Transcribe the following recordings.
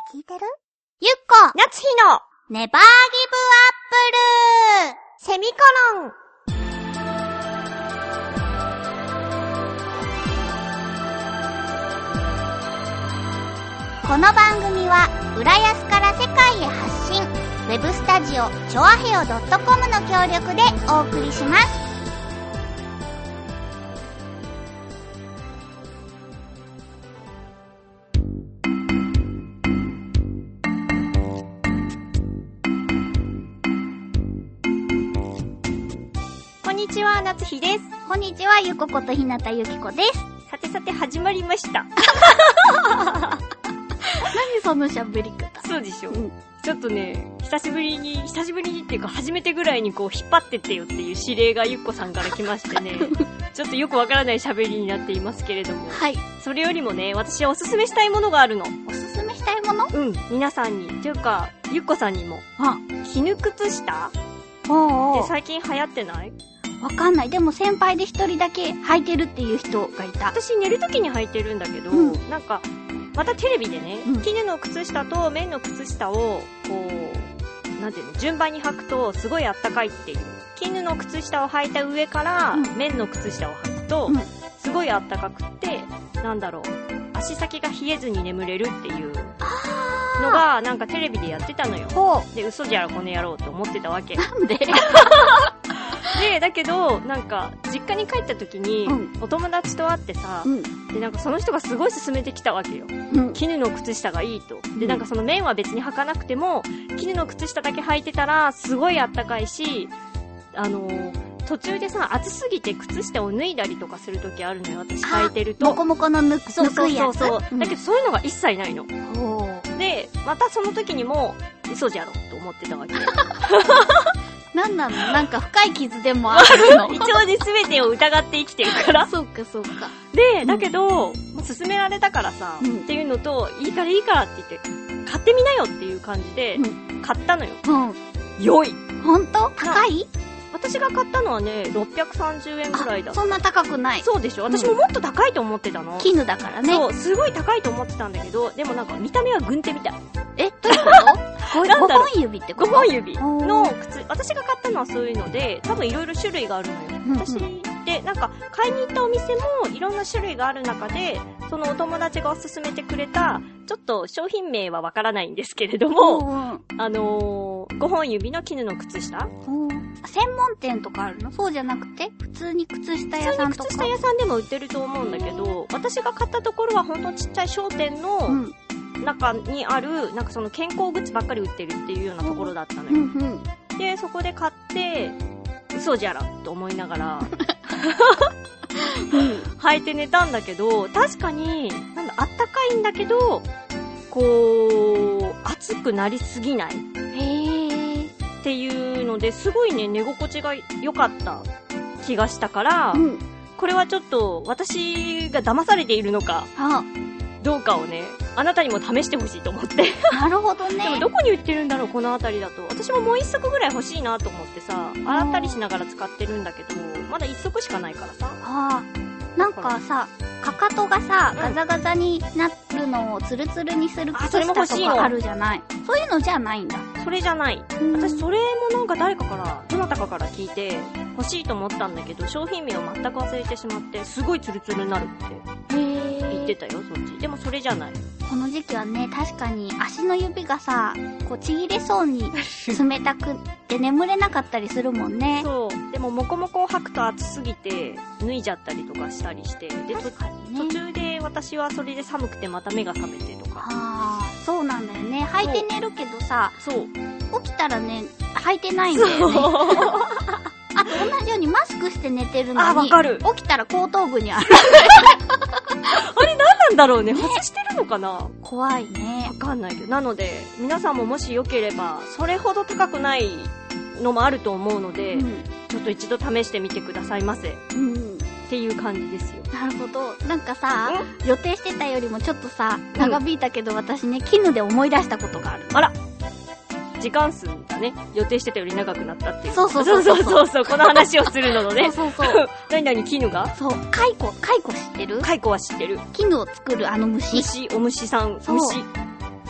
聞いてる？ゆっこ夏日のネバーギブアップルセミコロン。 この番組は浦安から世界へ発信、ウェブスタジオチョアヘオ .com の協力でお送りします。 こんにちは、夏日です。 こんにちは、ゆこことひなたゆきこです。 さてさて始まりました。 何その喋り方。 そうでしょ、ちょっとね、久しぶりにっていうか初めてぐらいにこう引っ張ってってよっていう指令がゆっこさんから来ましてねちょっとよくわからない喋りになっていますけれども、 はい。 それよりもね、私はおすすめしたいものがあるの。 おすすめしたいもの？ 皆さんにっていうかゆっこさんにも。絹靴下おって最近流行ってない？ わかんない。でも先輩で一人だけ履いてるっていう人がいた。 私寝るときに履いてるんだけど、なんかまたテレビでね、絹の靴下と綿の靴下をこうなんていうの、順番に履くとすごいあったかいっていう。絹の靴下を履いた上から、綿の靴下を履くと、すごいあったかくって、なんだろう、足先が冷えずに眠れるっていうのがなんかテレビでやってたのよ。で、嘘じゃろこの野郎って思ってたわけ。 なんでで、だけど、なんか、実家に帰った時に、お友達と会ってさ、で、なんかその人がすごい勧めてきたわけよ。絹の靴下がいいと。で、なんかその綿は別に履かなくても、絹の靴下だけ履いてたら、すごいあったかいし、途中でさ、暑すぎて靴下を脱いだりとかする時あるのよ、私履いてると。 モコモコのぬくいやつ。 だけどそういうのが一切ないの。で、またその時にも、嘘じゃろと思ってたわけ。 なんなの？なんか深い傷でもあるの？ 一応ね、全てを疑って生きてるから。 そうかそうか。 で、だけど、勧められたからさ、っていうのと、いいからって言って、買ってみなよっていう感じで、買ったのよ。良い。 ほんと？高い？ 私が買ったのはね、630円くらいだった。 そんな高くない。 そうでしょ？私ももっと高いと思ってたの。 絹だからね。 そう、すごい高いと思ってたんだけど、でもなんか見た目は軍手みたい。 え、どういうこと？5本指ってこと？ 5 本指の靴。私が買ったのはそういうので、多分いろいろ種類があるのよ。私で、なんか買いに行ったお店もいろんな種類がある中で、そのお友達がおすすめてくれた、ちょっと商品名はわからないんですけれども、5本指の絹の靴下。 専門店とかあるの？そうじゃなくて普通に靴下屋さんとか。 普通に靴下屋さんでも売ってると思うんだけど、私が買ったところはほんとちっちゃい商店の中にある、なんかその健康グッズばっかり売ってるっていうようなところだったのよ。で、そこで買って、嘘じゃらと思いながら履いて寝たんだけど、確かになんだ、あったかいんだけど、こう熱くなりすぎないっていうので、すごいね、寝心地が良かった気がしたから、これはちょっと私が騙されているのかどうかをね、あなたにも試してほしいと思って。 なるほどね。 でもどこに売ってるんだろう、この辺りだと。私ももう一足ぐらい欲しいなと思ってさ、洗ったりしながら使ってるんだけど、まだ一足しかないからさ。 なんかさ、かかとがさ、ガザガザになるのをツルツルにする靴下とかあるじゃない。そういうのじゃないんだ。 それじゃない。私それもなんか誰かから、どなたかから聞いて欲しいと思ったんだけど、商品名を全く忘れてしまって、すごいツルツルになるって言ってたよ、そっち。でもそれじゃない。 この時期はね、確かに足の指がさ、こうちぎれそうに冷たくって眠れなかったりするもんね。 そう。でもモコモコを履くと暑すぎて脱いじゃったりとかしたりして、で、途中で私はそれで寒くてまた目が覚めてとか。 そうなんだよね。履いて寝るけどさ、起きたらね、履いてないんだよね。あと同じようにマスクして寝てるのに、起きたら後頭部にある。 あれ何なんだろうね。外してるのかな？ 怖いね。 わかんないけど。なので、皆さんももしよければ、それほど高くないのもあると思うので、ちょっと一度試してみてくださいませ。っていう感じですよ。 なるほど。なんかさ、予定してたよりもちょっとさ、長引いたけど、私ね、絹で思い出したことがある。 あら！時間数がね、予定してたより長くなったっていう。 そう、 この話をするののね。何絹が？ そう、蚕知ってる？ 蚕は知ってる。 絹を作るあの虫。 お虫さん。虫。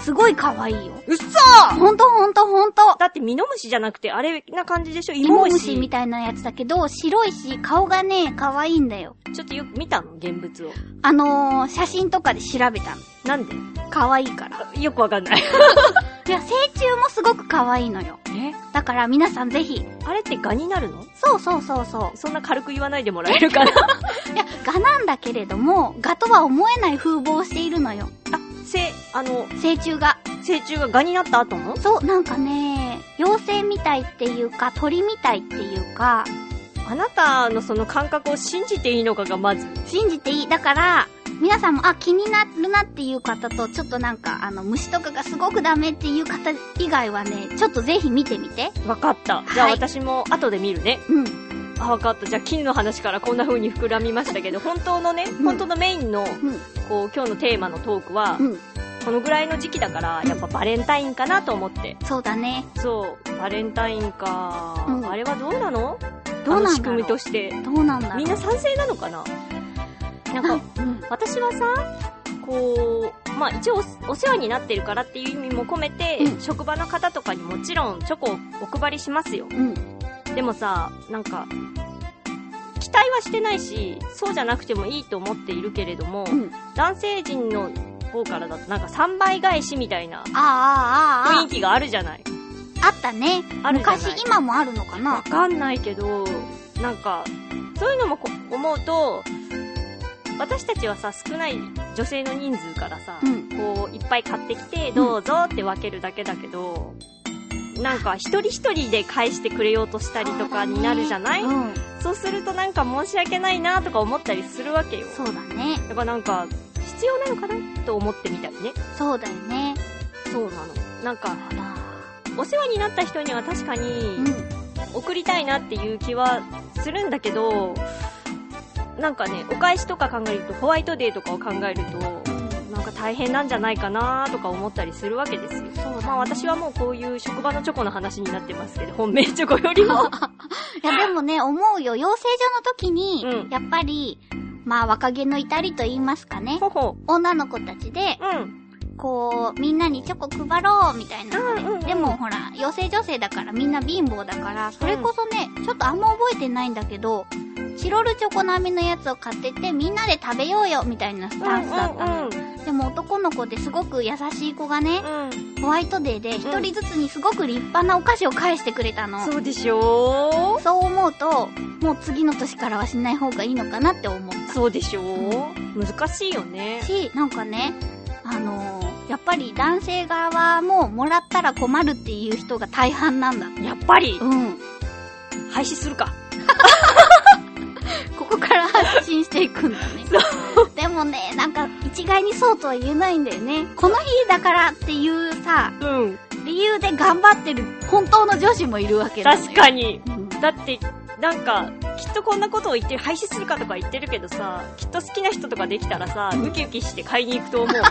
すごい可愛いよ。 うっそー！ほんと。 だってミノムシじゃなくてあれな感じでしょ？ 芋虫みたいなやつだけど、白いし、顔がね、可愛いんだよ。 ちょっとよく見たの？現物を。 写真とかで調べたの。 なんで？ 可愛いから。 よくわかんない。 いや、成虫もすごく可愛いのよ。だから皆さんぜひ。 あれってガになるの？ そう。 そんな軽く言わないでもらえるかな。いや、ガなんだけれども、ガとは思えない風貌をしているのよ。成虫がガになった後も？ そう、なんかね、妖精みたいっていうか、鳥みたいっていうか。 あなたのその感覚を信じていいのかがまず。 信じていい。だから、皆さんも、気になるなっていう方と、ちょっとなんか、虫とかがすごくダメっていう方以外はね、ちょっとぜひ見てみて。 わかった。じゃあ私も後で見るね。 うん。 わかった。じゃあ金の話からこんな風に膨らみましたけど、本当のメインの、こう、今日のテーマのトークは、このぐらいの時期だから、やっぱバレンタインかなと思って。 そうだね。 そう。バレンタインか。あれはどうなの？ どうなんだろう？ 仕組みとして。 どうなんだろう？ みんな賛成なのかな？なんか、私はさ、こう、まあ一応お世話になってるからっていう意味も込めて、職場の方とかにもちろんチョコをお配りしますよ。でもさ、なんか、期待はしてないし、そうじゃなくてもいいと思っているけれども、男性陣の方からだとなんか3倍返しみたいな雰囲気があるじゃない。 あったね。 あるじゃない。 昔今もあるのかな？ わかんないけど、なんか、そういうのも思うと、私たちはさ、少ない女性の人数からさ、こう、いっぱい買ってきて、どうぞって分けるだけだけど、なんか、一人一人で返してくれようとしたりとかになるじゃない？そうするとなんか申し訳ないなとか思ったりするわけよ。 そうだね。 だからなんか、必要なのかなと思ってみたりね。 そうだよね。 そうなの。なんか、お世話になった人には確かに、送りたいなっていう気はするんだけど、なんかね、お返しとか考えると、ホワイトデーとかを考えると、なんか大変なんじゃないかなとか思ったりするわけですよ。そうだね。まあ私はもうこういう職場のチョコの話になってますけど、本命チョコよりも。 いやでもね、思うよ。養成所の時に、やっぱり、まあ若気の至りと言いますかね。女の子たちで、こう、みんなにチョコ配ろうみたいなので、でもほら、養成女性だからみんな貧乏だから、それこそね、ちょっとあんま覚えてないんだけど、チロルチョコ並みのやつを買ってて、みんなで食べようよみたいなスタンスだったの。でも男の子ですごく優しい子がね、ホワイトデーで一人ずつにすごく立派なお菓子を返してくれたの。 そうでしょ？ そう思うと、もう次の年からはしない方がいいのかなって思った。 そうでしょ？難しいよね。 なんかね、やっぱり男性側ももらったら困るっていう人が大半なんだ。 やっぱり？廃止するか。 ここから発信していくんだね。そう。でもね、なんか一概にそうとは言えないんだよね。この日だからっていうさ、理由で頑張ってる本当の女子もいるわけだよ。 確かに。だって、なんか、きっとこんなことを言ってる、廃止するかとか言ってるけどさ、きっと好きな人とかできたらさ、ウキウキして買いに行くと思う。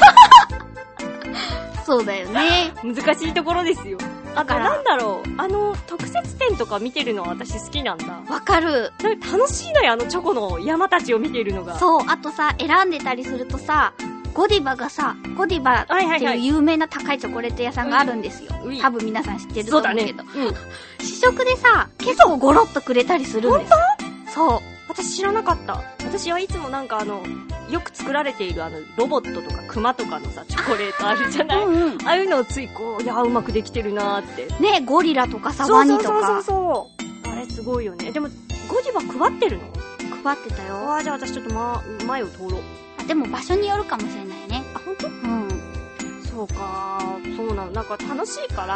そうだよね。 難しいところですよ。あとなんだろう、特設展とか見てるのは私好きなんだ。 わかる。 なんか楽しいのよ、チョコの山たちを見てるのが。 そう、あとさ、選んでたりするとさ、ゴディバっていう有名な高いチョコレート屋さんがあるんですよ。多分皆さん知ってると思うけど。試食でさ、結構ゴロッとくれたりするんですよ。 本当？そう。私知らなかった。私はいつもなんかよく作られているロボットとかクマとかのさ、チョコレートあるじゃない？ああいうのをついこう、いや、うまくできてるなーって。 ね、ゴリラとかサワニとか。 そう。あれすごいよね。でも、ゴディバ配ってるの？ 配ってたよ。 じゃあ私ちょっと前を通ろう。 でも場所によるかもしれないね。 あ、ほんと？そうか、そうなの。なんか楽しいから、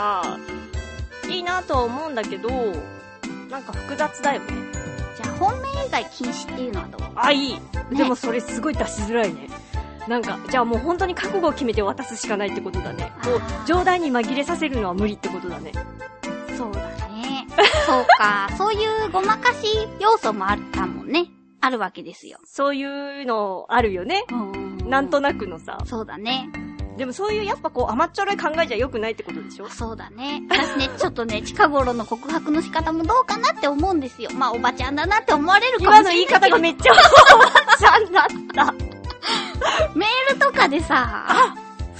いいなとは思うんだけど、なんか複雑だよね。 じゃあ本命以外禁止っていうのはどう？ あ、いい。ね、でもそれすごい出しづらいね。なんか、じゃあもう本当に覚悟を決めて渡すしかないってことだね。こう、冗談に紛れさせるのは無理ってことだね。 そうだね。そうか。そういうごまかし要素もあったもんね。あるわけですよ。 そういうのあるよね。なんとなくのさ。 そうだね。 でもそういうやっぱこう甘っちょろい考えじゃ良くないってことでしょ？ そうだね。私ね、ちょっとね、近頃の告白の仕方もどうかなって思うんですよ。まあおばちゃんだなって思われるかもしれない。 今の言い方がめっちゃおばちゃんだった。 メールとかでさ、好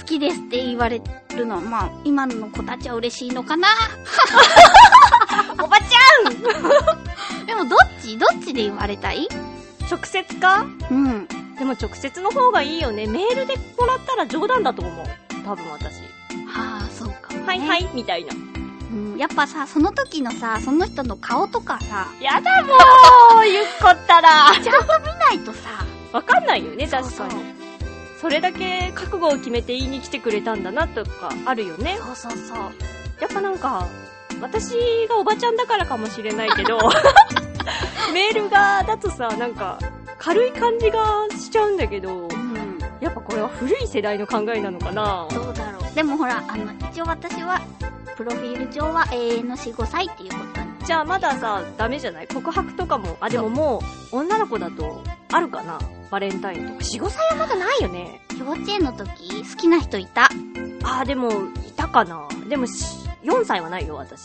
きですって言われるのは、まあ、今の子たちは嬉しいのかなおばちゃんでもどっちで言われたい？ 直接か？ うん。 でも直接の方がいいよね。メールでもらったら冗談だと思う。多分私。 はあ、そうかもね。 はいはい、みたいな。 うん、やっぱさ、その時のさ、その人の顔とかさ。 やだもうゆっこったら。 ちゃんと見ないとさ。 わかんないよね、確かに。それだけ覚悟を決めて言いに来てくれたんだなとかあるよね。 そう。 やっぱなんか、私がおばちゃんだからかもしれないけど、メールだとさ、なんか、軽い感じがしちゃうんだけど、やっぱこれは古い世代の考えなのかな。 どうだろう。でもほら、一応私は、プロフィール上は永遠の4、5歳っていうことに。 じゃあまださ、ダメじゃない？告白とかも。でももう、女の子だと、あるかな？バレンタインとか。4、5歳はまだないよね。 幼稚園の時、好きな人いた。 でも、いたかな。でも、4歳はないよ、私。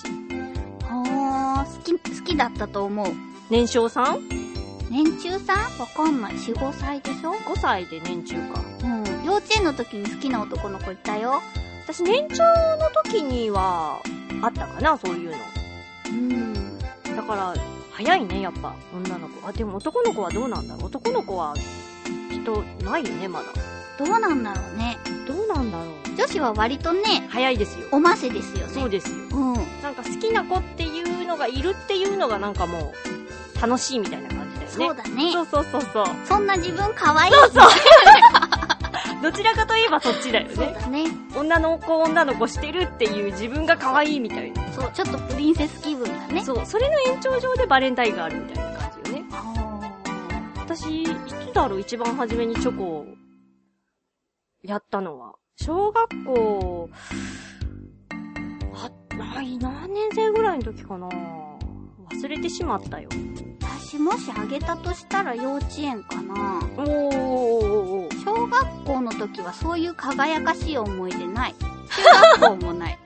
好きだったと思う。 年少さん？ 年中さん？わかんない。4、5歳でしょ？ 5 歳で年中か。 幼稚園の時に好きな男の子いたよ。 私、年長の時には、あったかな、そういうの。だから、早いね、やっぱ、女の子。でも男の子はどうなんだろう。男の子は、きっと、ないよね、まだ。 どうなんだろうね。 どうなんだろう。 女子は割とね、 早いですよ。 おませですよね。 そうですよ。なんか好きな子っていうのがいるっていうのがなんかもう、楽しいみたいな感じだよね。 そうだね。 そう。 そんな自分可愛い。 そう。どちらかといえばそっちだよね。 そうだね。 女の子してるっていう自分が可愛いみたいな。 そう、ちょっとプリンセス気分だね。 そう、それの延長上でバレンタインがあるみたいな感じよね。私、いつだろう、一番初めにチョコをやったのは。小学校、何年生ぐらいの時かな。忘れてしまったよ。 私もしあげたとしたら幼稚園かな。小学校の時はそういう輝かしい思い出ない。中学校もない。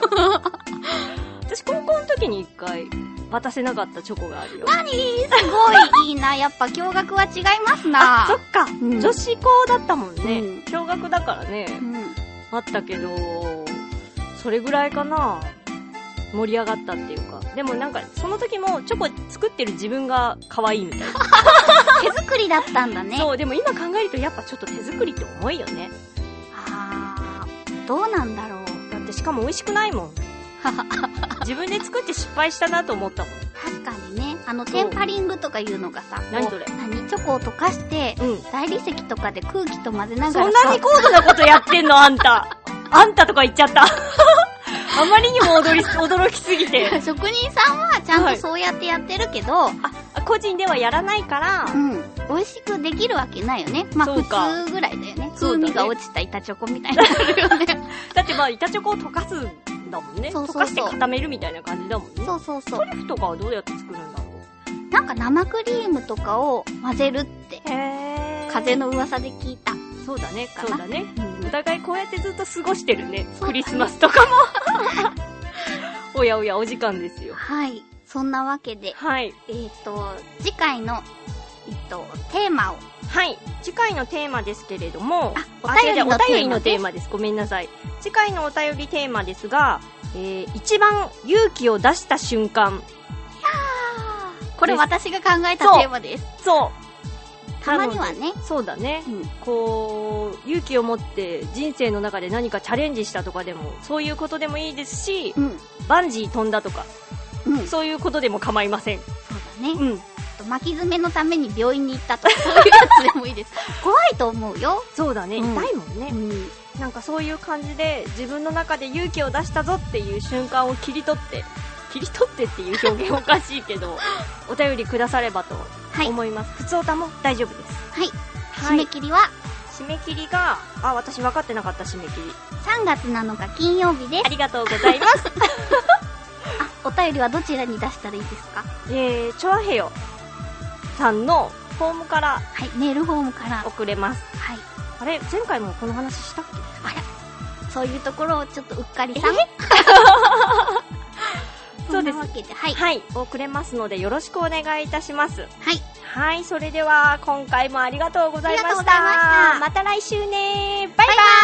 私高校の時に一回渡せなかったチョコがあるよ。 すごいいいな。やっぱ共学は違いますな。 そっか、女子校だったもんね。共学だからね。あったけど、それぐらいかな。盛り上がったっていうか。でもなんか、その時もチョコ作ってる自分が可愛いみたいな。 手作りだったんだね。 そう、でも今考えるとやっぱちょっと手作りって重いよね。 どうなんだろう。 だってしかも美味しくないもん。自分で作って失敗したなと思ったもん。 確かにね。テンパリングとかいうのがさ、 何それ？ チョコを溶かして、大理石とかで空気と混ぜながら。 そんなに高度なことやってんのあんた。あんたとか言っちゃった。あまりにも驚きすぎて。 職人さんはちゃんとそうやってやってるけど、 個人ではやらないから、 美味しくできるわけないよね。まあ普通ぐらいだよね。風味が落ちた板チョコみたいになるよね。 だってまあ板チョコを溶かすんだもんね。溶かして固めるみたいな感じだもんね。 そう。 トリュフとかはどうやって作るんだろう。なんか生クリームとかを混ぜるって。風の噂で聞いた。 そうだね。お互いこうやってずっと過ごしてるね。クリスマスとかも。おやおや、お時間ですよ。 はい。そんなわけで。 はい。 次回の、テーマを。 はい。次回のテーマですけれども、 お便りのテーマです。ごめんなさい。次回のお便りテーマですが、一番勇気を出した瞬間。 これ私が考えたテーマです。 そう。 たまにはね。 そうだね。こう、勇気を持って人生の中で何かチャレンジしたとかでも、そういうことでもいいですし、バンジー飛んだとか、そういうことでも構いません。 そうだね。巻き爪のために病院に行ったとか、そういうやつでもいいです。怖いと思うよ。 そうだね。痛いもんね。なんかそういう感じで、自分の中で勇気を出したぞっていう瞬間を切り取ってっていう表現おかしいけど、お便りくださればと思います。ふつおたも大丈夫です。 はい。締め切りは締め切りが、私分かってなかった締め切り。 3月7日金曜日です。 ありがとうございます。 お便りはどちらに出したらいいですか？ チョアヘヨさんのフォームから、 はい、メールフォームから送れます。 はい。 あれ、前回もこの話したっけ？ そういうところをちょっとうっかりさん。 そうです。 そんなわけで、はい。 はい、送れますのでよろしくお願いいたします。 はい。 はい、それでは今回もありがとうございました。 ありがとうございました。 また来週ね。バイバイ。